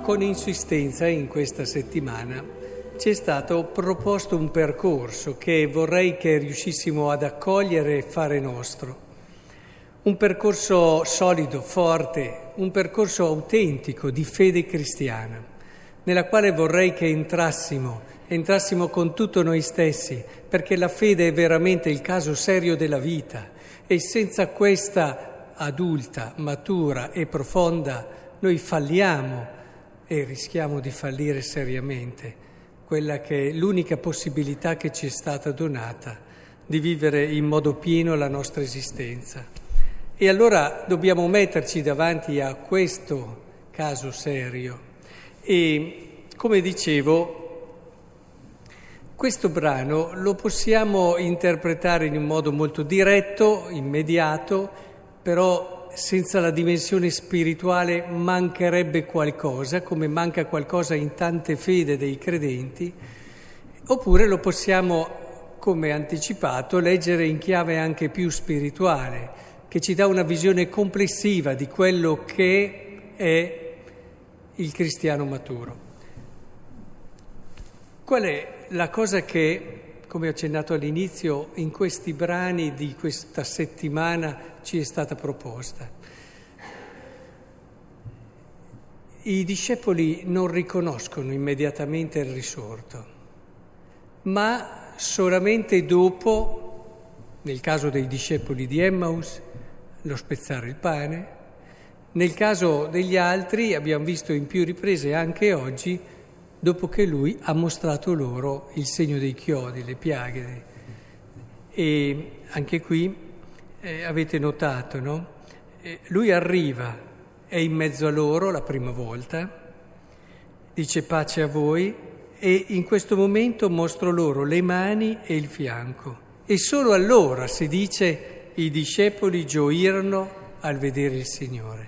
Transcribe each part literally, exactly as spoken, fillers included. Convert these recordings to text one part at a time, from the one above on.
con insistenza in questa settimana ci è stato proposto un percorso che vorrei che riuscissimo ad accogliere e fare nostro. Un percorso solido, forte, un percorso autentico di fede cristiana, nella quale vorrei che entrassimo, entrassimo con tutto noi stessi, perché la fede è veramente il caso serio della vita e senza questa adulta, matura e profonda noi falliamo e rischiamo di fallire seriamente, quella che è l'unica possibilità che ci è stata donata di vivere in modo pieno la nostra esistenza. E allora dobbiamo metterci davanti a questo caso serio. E, come dicevo, questo brano lo possiamo interpretare in un modo molto diretto, immediato, però senza la dimensione spirituale mancherebbe qualcosa, come manca qualcosa in tante fede dei credenti, oppure lo possiamo, come anticipato, leggere in chiave anche più spirituale, che ci dà una visione complessiva di quello che è il cristiano maturo. Qual è la cosa che, come ho accennato all'inizio, in questi brani di questa settimana ci è stata proposta? I discepoli non riconoscono immediatamente il risorto, ma solamente dopo, nel caso dei discepoli di Emmaus, lo spezzare il pane. Nel caso degli altri, abbiamo visto in più riprese anche oggi, dopo che lui ha mostrato loro il segno dei chiodi, le piaghe. E anche qui eh, avete notato, no? Eh, lui arriva, è in mezzo a loro la prima volta, dice pace a voi, e in questo momento mostro loro le mani e il fianco. E solo allora si dice i discepoli gioirono al vedere il Signore.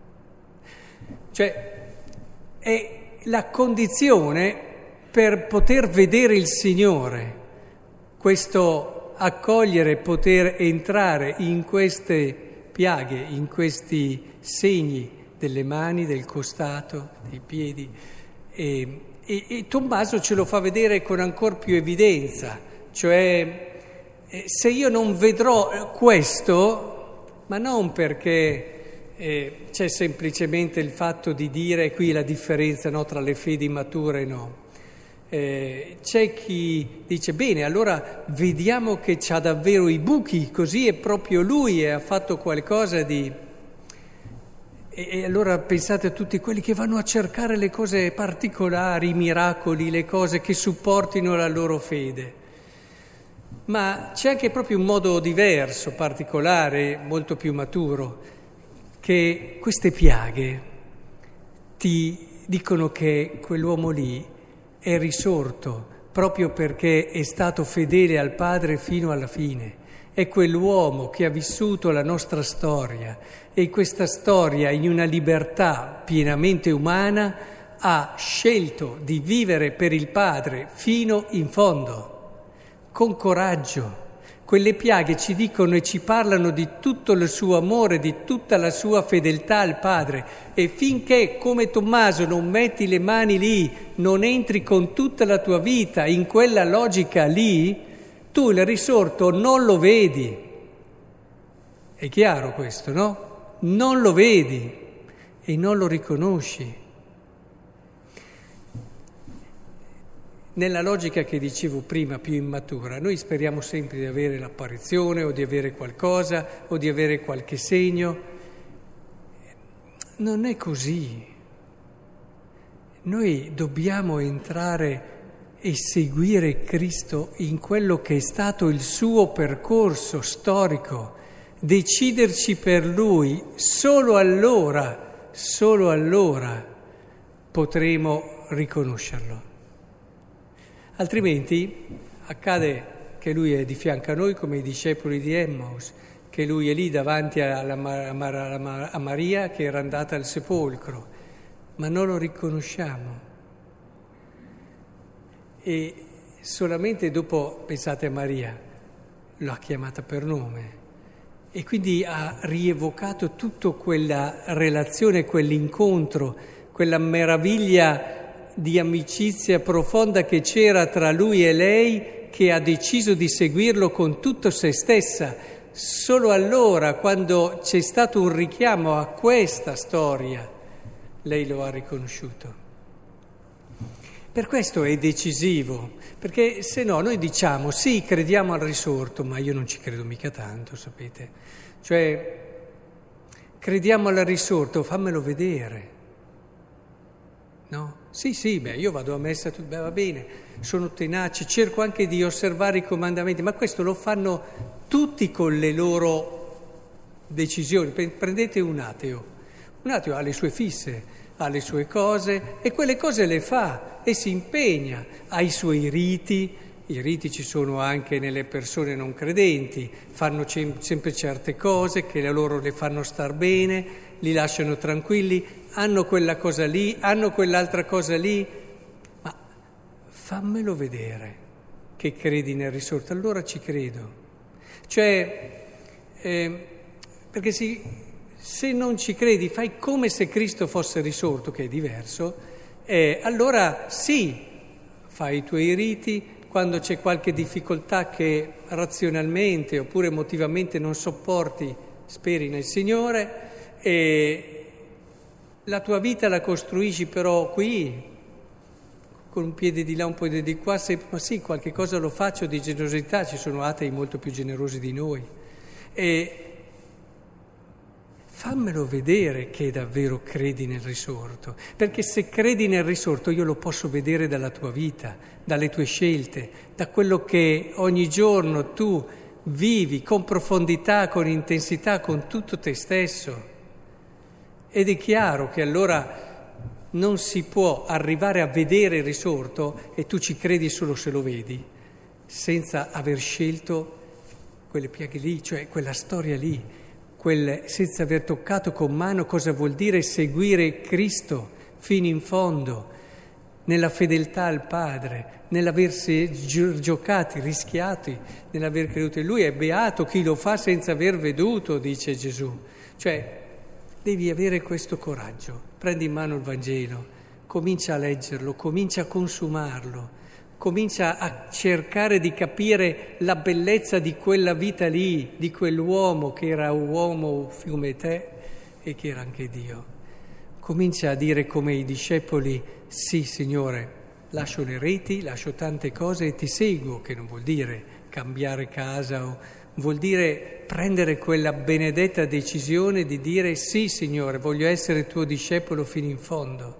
Cioè, è la condizione per poter vedere il Signore, questo accogliere, poter entrare in queste piaghe, in questi segni delle mani, del costato, dei piedi. E, e, e Tommaso ce lo fa vedere con ancor più evidenza, cioè se io non vedrò questo, ma non perché eh, c'è semplicemente il fatto di dire qui la differenza, no, tra le fedi mature, no. Eh, c'è chi dice bene, allora vediamo che c'ha davvero i buchi, così è proprio lui e ha fatto qualcosa di... E, e allora pensate a tutti quelli che vanno a cercare le cose particolari, i miracoli, le cose che supportino la loro fede. Ma c'è anche proprio un modo diverso, particolare, molto più maturo, che queste piaghe ti dicono che quell'uomo lì è risorto proprio perché è stato fedele al Padre fino alla fine. È quell'uomo che ha vissuto la nostra storia e questa storia in una libertà pienamente umana ha scelto di vivere per il Padre fino in fondo. Con coraggio. Quelle piaghe ci dicono e ci parlano di tutto il suo amore, di tutta la sua fedeltà al Padre, e finché, come Tommaso, non metti le mani lì, non entri con tutta la tua vita in quella logica lì, tu il risorto non lo vedi. È chiaro questo, no? Non lo vedi e non lo riconosci. Nella logica che dicevo prima, più immatura, noi speriamo sempre di avere l'apparizione o di avere qualcosa o di avere qualche segno. Non è così. Noi dobbiamo entrare e seguire Cristo in quello che è stato il suo percorso storico, deciderci per Lui. Solo allora, solo allora potremo riconoscerlo. Altrimenti accade che lui è di fianco a noi come i discepoli di Emmaus, che lui è lì davanti alla, alla, a Maria che era andata al sepolcro, ma non lo riconosciamo. E solamente dopo, pensate a Maria, l'ha chiamata per nome e quindi ha rievocato tutta quella relazione, quell'incontro quella meraviglia di amicizia profonda che c'era tra lui e lei, che ha deciso di seguirlo con tutto se stessa. Solo allora, quando c'è stato un richiamo a questa storia, lei lo ha riconosciuto. Per questo è decisivo, perché se no noi diciamo sì, crediamo al risorto, ma io non ci credo mica tanto, sapete? Cioè, crediamo al risorto, fammelo vedere, no? Sì, sì, beh, io vado a messa, beh, va bene, sono tenace, cerco anche di osservare i comandamenti, ma questo lo fanno tutti con le loro decisioni. Prendete un ateo, un ateo ha le sue fisse, ha le sue cose e quelle cose le fa e si impegna, ha i suoi riti, i riti ci sono anche nelle persone non credenti, fanno cem- sempre certe cose che loro le fanno star bene, li lasciano tranquilli, hanno quella cosa lì, hanno quell'altra cosa lì, ma fammelo vedere che credi nel risorto, allora ci credo. Cioè, eh, perché si... Se non ci credi, fai come se Cristo fosse risorto, che è diverso, eh, allora sì, fai i tuoi riti, quando c'è qualche difficoltà che razionalmente oppure emotivamente non sopporti, speri nel Signore, e la tua vita la costruisci però qui, con un piede di là, un piede di qua, se, ma sì, qualche cosa lo faccio di generosità, ci sono atei molto più generosi di noi. E, fammelo vedere che davvero credi nel risorto, perché se credi nel risorto io lo posso vedere dalla tua vita, dalle tue scelte, da quello che ogni giorno tu vivi con profondità, con intensità, con tutto te stesso. Ed è chiaro che allora non si può arrivare a vedere il risorto e tu ci credi solo se lo vedi, senza aver scelto quelle piaghe lì, cioè quella storia lì. Quel, senza aver toccato con mano cosa vuol dire seguire Cristo fino in fondo, nella fedeltà al Padre, nell'aversi gi- giocati, rischiati, nell'aver creduto in Lui. È beato chi lo fa senza aver veduto, dice Gesù. Cioè, devi avere questo coraggio. Prendi in mano il Vangelo, comincia a leggerlo, comincia a consumarlo, comincia a cercare di capire la bellezza di quella vita lì, di quell'uomo che era uomo come te e che era anche Dio. Comincia a dire come i discepoli, sì Signore, lascio le reti, lascio tante cose e ti seguo, che non vuol dire cambiare casa, o vuol dire prendere quella benedetta decisione di dire sì Signore, voglio essere tuo discepolo fino in fondo.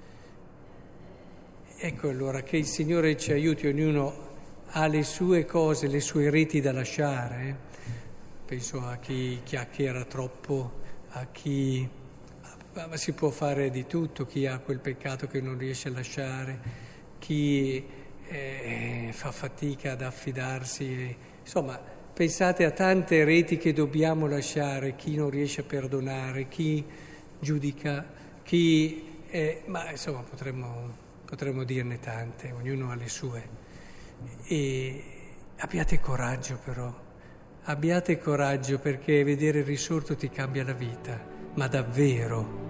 Ecco allora che il Signore ci aiuti, ognuno ha le sue cose, le sue reti da lasciare. Eh? Penso a chi chiacchiera troppo, a chi... ma si può fare di tutto, chi ha quel peccato che non riesce a lasciare, chi eh, fa fatica ad affidarsi. E, insomma, pensate a tante reti che dobbiamo lasciare, chi non riesce a perdonare, chi giudica, chi... Eh, ma insomma potremmo... Potremmo dirne tante, ognuno ha le sue. E abbiate coraggio però, abbiate coraggio perché vedere il risorto ti cambia la vita, ma davvero.